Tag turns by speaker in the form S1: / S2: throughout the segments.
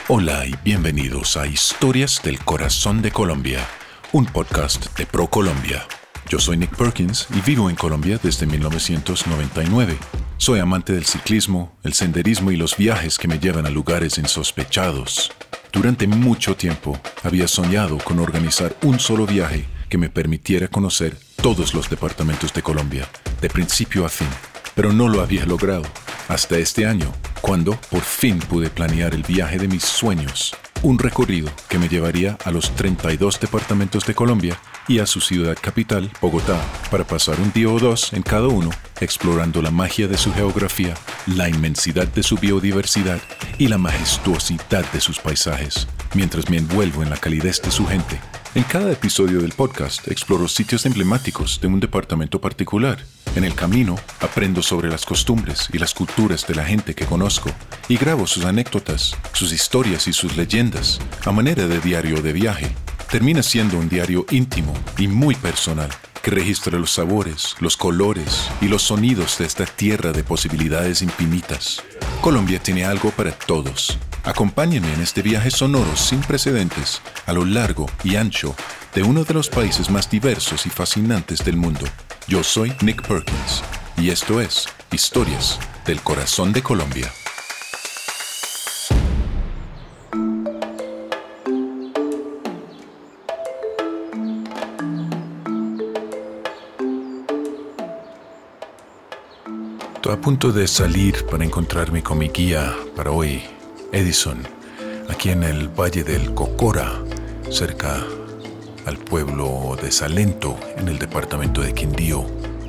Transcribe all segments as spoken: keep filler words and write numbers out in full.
S1: Hola y bienvenidos a Historias del Corazón de Colombia, un podcast de ProColombia. Yo soy Nick Perkins y vivo en Colombia desde mil novecientos noventa y nueve. Soy amante del ciclismo, el senderismo y los viajes que me llevan a lugares insospechados. Durante mucho tiempo había soñado con organizar un solo viaje que me permitiera conocer todos los departamentos de Colombia, de principio a fin, pero no lo había logrado hasta este año, cuando por fin pude planear el viaje de mis sueños, un recorrido que me llevaría a los treinta y dos departamentos de Colombia y a su ciudad capital, Bogotá, para pasar un día o dos en cada uno, explorando la magia de su geografía, la inmensidad de su biodiversidad y la majestuosidad de sus paisajes, mientras me envuelvo en la calidez de su gente. En cada episodio del podcast exploro sitios emblemáticos de un departamento particular. En el camino aprendo sobre las costumbres y las culturas de la gente que conozco y grabo sus anécdotas, sus historias y sus leyendas a manera de diario de viaje. Termina siendo un diario íntimo y muy personal que registra los sabores, los colores y los sonidos de esta tierra de posibilidades infinitas. Colombia tiene algo para todos. Acompáñenme en este viaje sonoro sin precedentes a lo largo y ancho de uno de los países más diversos y fascinantes del mundo. Yo soy Nick Perkins y esto es Historias del Corazón de Colombia. Estoy a punto de salir para encontrarme con mi guía para hoy, Edison, aquí en el Valle del Cocora, cerca al pueblo de Salento, en el departamento de Quindío.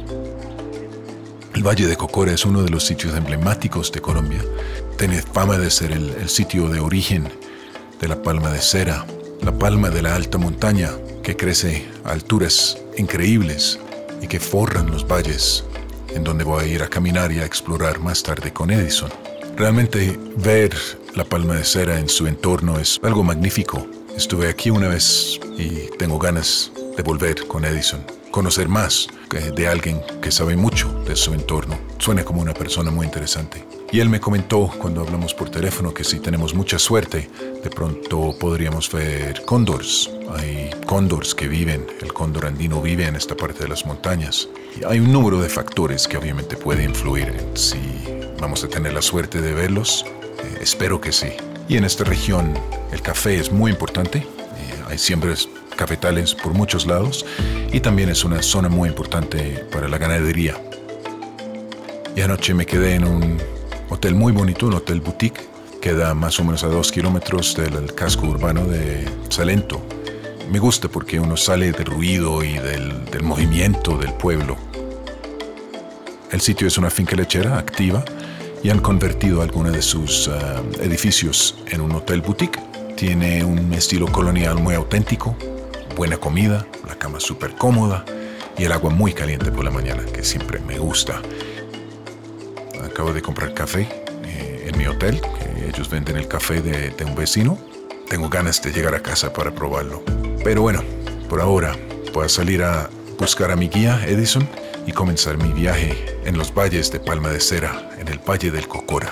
S1: El Valle de Cocora es uno de los sitios emblemáticos de Colombia. Tiene fama de ser el, el sitio de origen de la palma de cera, la palma de la alta montaña que crece a alturas increíbles y que forran los valles, en donde voy a ir a caminar y a explorar más tarde con Edison. Realmente ver la palma de cera en su entorno es algo magnífico. Estuve aquí una vez y tengo ganas de volver con Edison, conocer más de alguien que sabe mucho de su entorno. Suena como una persona muy interesante. Y él me comentó cuando hablamos por teléfono que si tenemos mucha suerte, de pronto podríamos ver cóndores. Hay cóndores que viven, el cóndor andino vive en esta parte de las montañas. Y hay un número de factores que obviamente puede influir en si vamos a tener la suerte de verlos. Eh, espero que sí. Y en esta región el café es muy importante. Eh, hay siembras cafetales por muchos lados y también es una zona muy importante para la ganadería. Y anoche me quedé en un hotel muy bonito, un hotel boutique. Queda más o menos a dos kilómetros del casco urbano de Salento. Me gusta porque uno sale del ruido y del, del movimiento del pueblo. El sitio es una finca lechera activa y han convertido algunos de sus uh, edificios en un hotel boutique. Tiene un estilo colonial muy auténtico, buena comida, la cama súper cómoda y el agua muy caliente por la mañana, que siempre me gusta. Acabo de comprar café eh, en mi hotel, que ellos venden el café de, de un vecino. Tengo ganas de llegar a casa para probarlo. Pero bueno, por ahora voy a salir a buscar a mi guía Edison y comenzar mi viaje en los valles de Palma de Cera, en el Valle del Cocora.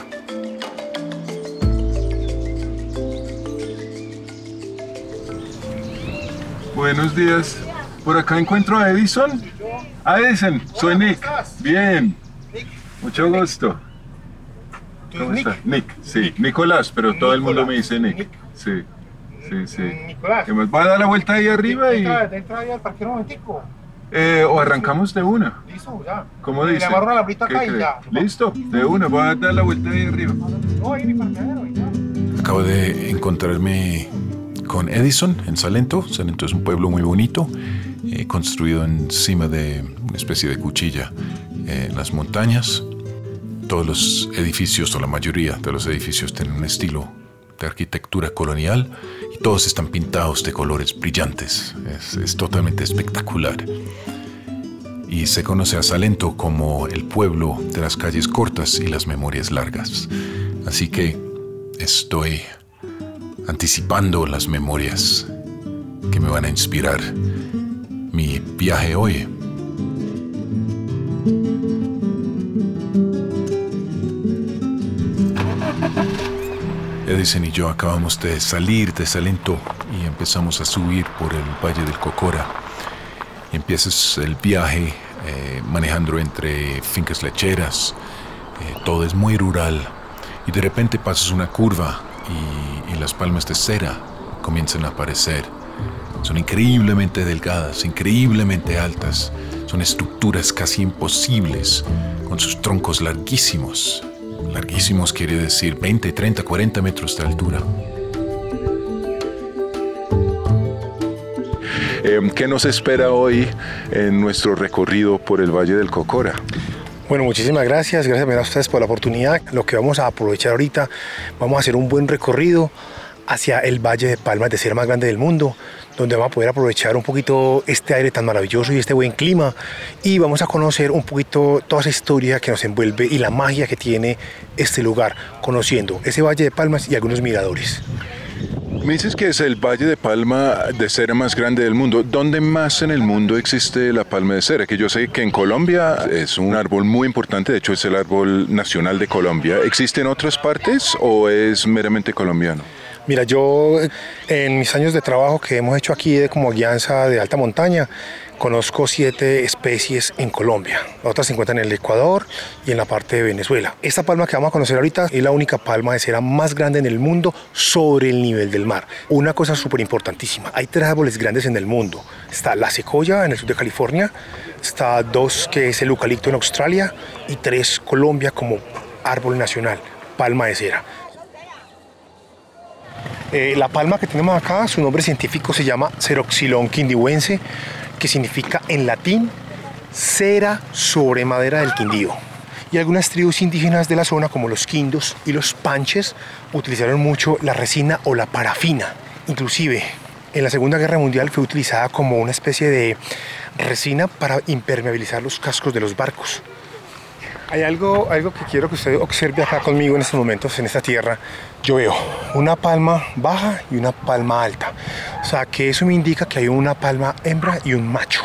S2: Buenos días. Por acá encuentro a Edison. Ah, Edison, soy Nick. Bien. Mucho gusto. ¿Cómo está? Nick, sí. Nicolás, pero todo el mundo me dice Nick. Sí, sí, sí.
S3: Nicolás.
S2: ¿Va a dar la vuelta ahí arriba y...?
S3: Entra ahí al parquero un momentico.
S2: Eh, o arrancamos de una.
S3: Listo, ya.
S2: ¿Cómo
S3: Le
S2: dice?
S3: amarro una labrita acá y ya.
S2: Listo, de una, voy a dar la vuelta ahí arriba.
S3: No, ahí en el parqueadero, ya.
S1: Acabo de encontrarme con Edison en Salento. Salento es un pueblo muy bonito, eh, construido encima de una especie de cuchilla eh, en las montañas. Todos los edificios, o la mayoría de los edificios, tienen un estilo de arquitectura colonial y todos están pintados de colores brillantes. Es, es totalmente espectacular. Y se conoce a Salento como el pueblo de las calles cortas y las memorias largas. Así que estoy anticipando las memorias que me van a inspirar mi viaje hoy. Edison y yo acabamos de salir de Salento y empezamos a subir por el Valle del Cocora. Y empiezas el viaje eh, manejando entre fincas lecheras, eh, todo es muy rural. Y de repente pasas una curva y, y las palmas de cera comienzan a aparecer. Son increíblemente delgadas, increíblemente altas. Son estructuras casi imposibles, con sus troncos larguísimos. Larguísimos quiere decir veinte, treinta, cuarenta metros de altura.
S2: Eh, ¿Qué nos espera hoy en nuestro recorrido por el Valle del Cocora?
S3: Bueno, muchísimas gracias, gracias a ustedes por la oportunidad. Lo que vamos a aprovechar ahorita, vamos a hacer un buen recorrido hacia el Valle de Palmas de Cera más grande del mundo, donde vamos a poder aprovechar un poquito este aire tan maravilloso y este buen clima, y vamos a conocer un poquito toda esa historia que nos envuelve y la magia que tiene este lugar, conociendo ese Valle de Palmas y algunos miradores.
S2: Me dices que es el Valle de Palma de Cera más grande del mundo. ¿Dónde más en el mundo existe la palma de cera? Que yo sé que en Colombia es un árbol muy importante, de hecho es el árbol nacional de Colombia. ¿Existe en otras partes o es meramente colombiano?
S3: Mira, yo en mis años de trabajo que hemos hecho aquí de como guianza de alta montaña, conozco siete especies en Colombia. Otras se encuentran en el Ecuador y en la parte de Venezuela. Esta palma que vamos a conocer ahorita es la única palma de cera más grande en el mundo sobre el nivel del mar. Una cosa súper importantísima, hay tres árboles grandes en el mundo. Está la secoya en el sur de California, está dos que es el eucalipto en Australia y tres Colombia como árbol nacional, palma de cera. Eh, la palma que tenemos acá, su nombre científico se llama Ceroxylon quindihuense, que significa en latín cera sobre madera del Quindío. Y algunas tribus indígenas de la zona, como los quindos y los panches, utilizaron mucho la resina o la parafina. Inclusive en la Segunda Guerra Mundial fue utilizada como una especie de resina para impermeabilizar los cascos de los barcos. Hay algo, algo que quiero que usted observe acá conmigo en estos momentos, en esta tierra. Yo veo una palma baja y una palma alta. O sea, que eso me indica que hay una palma hembra y un macho.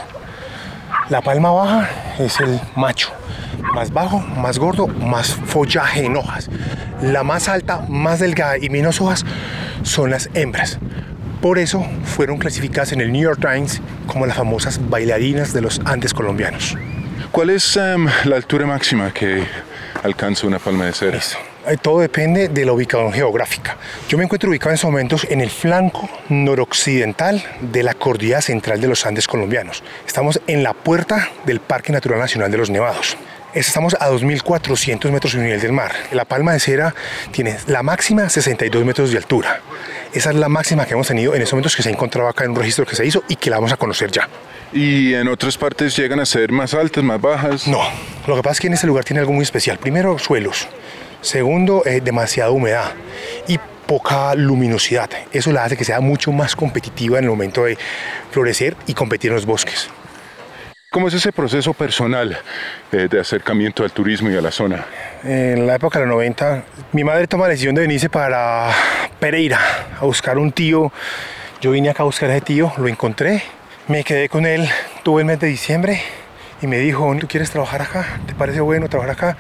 S3: La palma baja es el macho. Más bajo, más gordo, más follaje en hojas. La más alta, más delgada y menos hojas son las hembras. Por eso fueron clasificadas en el New York Times como las famosas bailarinas de los Andes colombianos.
S2: ¿Cuál es um, la altura máxima que alcanza una palma de cera?
S3: Eso. Todo depende de la ubicación geográfica. Yo me encuentro ubicado en estos momentos en el flanco noroccidental de la cordillera central de los Andes colombianos. Estamos en la puerta del Parque Natural Nacional de los Nevados. Estamos a dos mil cuatrocientos metros sobre el nivel del mar. La palma de cera tiene la máxima sesenta y dos metros de altura. Esa es la máxima que hemos tenido en estos momentos, que se ha encontrado acá en un registro que se hizo y que la vamos a conocer ya.
S2: ¿Y en otras partes llegan a ser más altas, más bajas?
S3: No, lo que pasa es que en este lugar tiene algo muy especial. Primero, suelos. Segundo, eh, demasiada humedad y poca luminosidad. Eso la hace que sea mucho más competitiva en el momento de florecer y competir en los bosques.
S2: ¿Cómo es ese proceso personal eh, de acercamiento al turismo y a la zona?
S3: En la época de los noventa, mi madre toma la decisión de venirse para Pereira a buscar un tío. Yo vine acá a buscar a ese tío, lo encontré, me quedé con él todo el mes de diciembre y me dijo, ¿tú quieres trabajar acá? ¿Te parece bueno trabajar acá?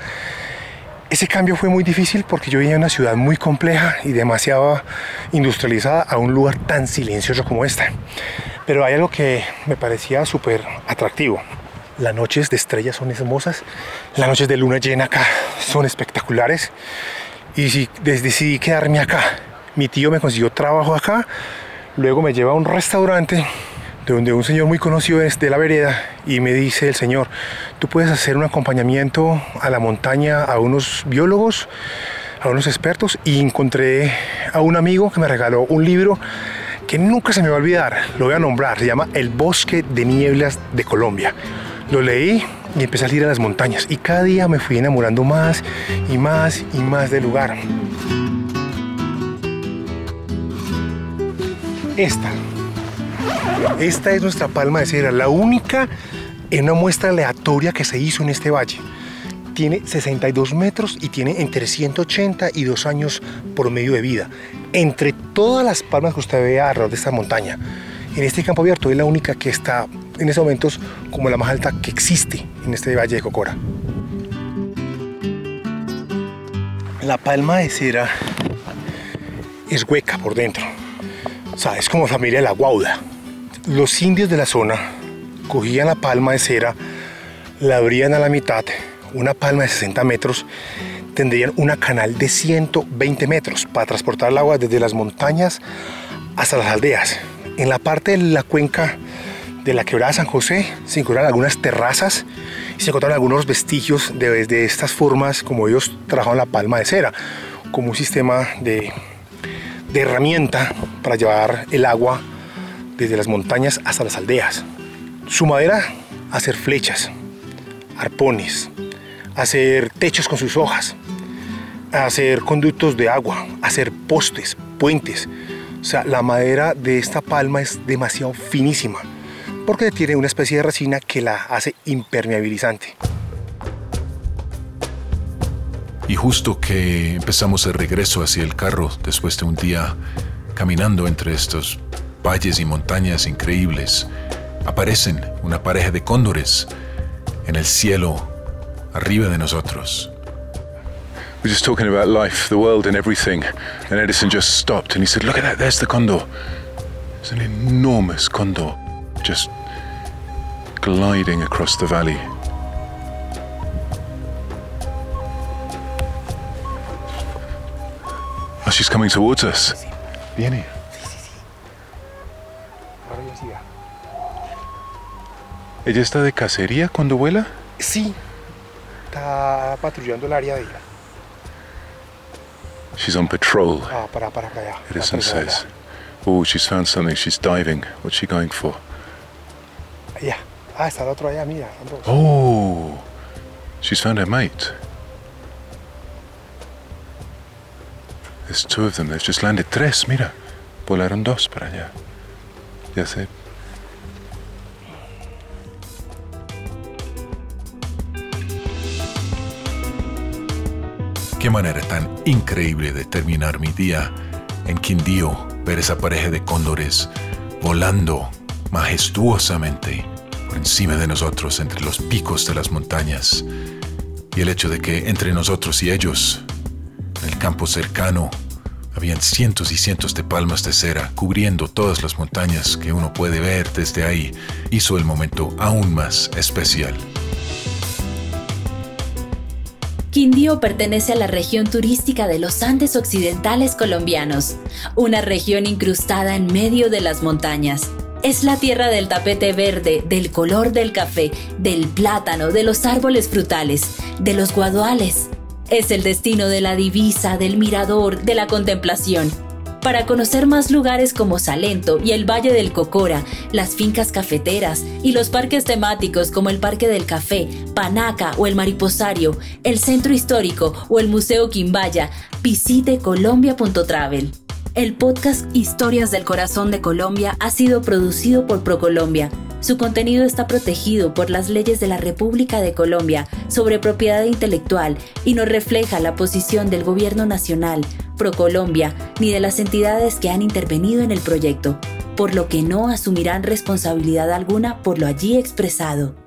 S3: Ese cambio fue muy difícil porque yo venía de una ciudad muy compleja y demasiado industrializada a un lugar tan silencioso como esta. Pero hay algo que me parecía súper atractivo. Las noches de estrellas son hermosas, las noches de luna llena acá son espectaculares y si decidí quedarme acá. Mi tío me consiguió trabajo acá, luego me lleva a un restaurante donde un señor muy conocido es de la vereda y me dice el señor, tú puedes hacer un acompañamiento a la montaña a unos biólogos, a unos expertos, y encontré a un amigo que me regaló un libro que nunca se me va a olvidar, lo voy a nombrar, se llama El Bosque de Nieblas de Colombia. Lo leí y empecé a ir a las montañas y cada día me fui enamorando más y más y más del lugar. Esta Esta es nuestra palma de cera, la única en una muestra aleatoria que se hizo en este valle. Tiene sesenta y dos metros y tiene entre ciento ochenta y dos años promedio de vida. Entre todas las palmas que usted ve alrededor de esta montaña, en este campo abierto es la única que está en estos momentos como la más alta que existe en este Valle de Cocora. La palma de cera es hueca por dentro. O sea, es como familia de la guauda. Los indios de la zona cogían la palma de cera, la abrían a la mitad, una palma de sesenta metros, tendrían una canal de ciento veinte metros para transportar el agua desde las montañas hasta las aldeas. En la parte de la cuenca de la quebrada San José se encontraron algunas terrazas y se encontraron algunos vestigios de, de estas formas como ellos trabajaban la palma de cera, como un sistema de, de herramienta para llevar el agua desde las montañas hasta las aldeas. Su madera, hacer flechas, arpones, hacer techos con sus hojas, hacer conductos de agua, hacer postes, puentes. O sea, la madera de esta palma es demasiado finísima porque tiene una especie de resina que la hace impermeabilizante.
S1: Y justo que empezamos el regreso hacia el carro después de un día caminando entre estos valles y montañas increíbles, aparecen una pareja de cóndores en el cielo arriba de nosotros.
S2: We're just talking about life, the world and everything, and Edison just stopped and he said, look at that, there's the condor. It's an enormous condor just gliding across the valley. Oh, she's coming towards us. Viene. ¿Ella está de cacería cuando vuela?
S3: Sí, está patrullando el área de ella.
S2: She's on patrol.
S3: Ah, para, para, para allá.
S2: Edison says. Oh, she's found something. She's diving. What's she going for?
S3: Allá. Ah, está el otro allá, mira.
S2: Oh, she's found her mate. There's two of them. They've just landed. Tres, mira. Volaron dos para allá. Ya sé.
S1: Qué manera tan increíble de terminar mi día en Quindío, ver esa pareja de cóndores volando majestuosamente por encima de nosotros entre los picos de las montañas, y el hecho de que entre nosotros y ellos, en el campo cercano, habían cientos y cientos de palmas de cera cubriendo todas las montañas que uno puede ver desde ahí, hizo el momento aún más especial.
S4: Quindío pertenece a la región turística de los Andes occidentales colombianos, una región incrustada en medio de las montañas. Es la tierra del tapete verde, del color del café, del plátano, de los árboles frutales, de los guaduales. Es el destino de la divisa, del mirador, de la contemplación. Para conocer más lugares como Salento y el Valle del Cocora, las fincas cafeteras y los parques temáticos como el Parque del Café, Panaca o el Mariposario, el Centro Histórico o el Museo Quimbaya, visite colombia punto travel. El podcast Historias del Corazón de Colombia ha sido producido por ProColombia. Su contenido está protegido por las leyes de la República de Colombia sobre propiedad intelectual y no refleja la posición del Gobierno Nacional, ProColombia, ni de las entidades que han intervenido en el proyecto, por lo que no asumirán responsabilidad alguna por lo allí expresado.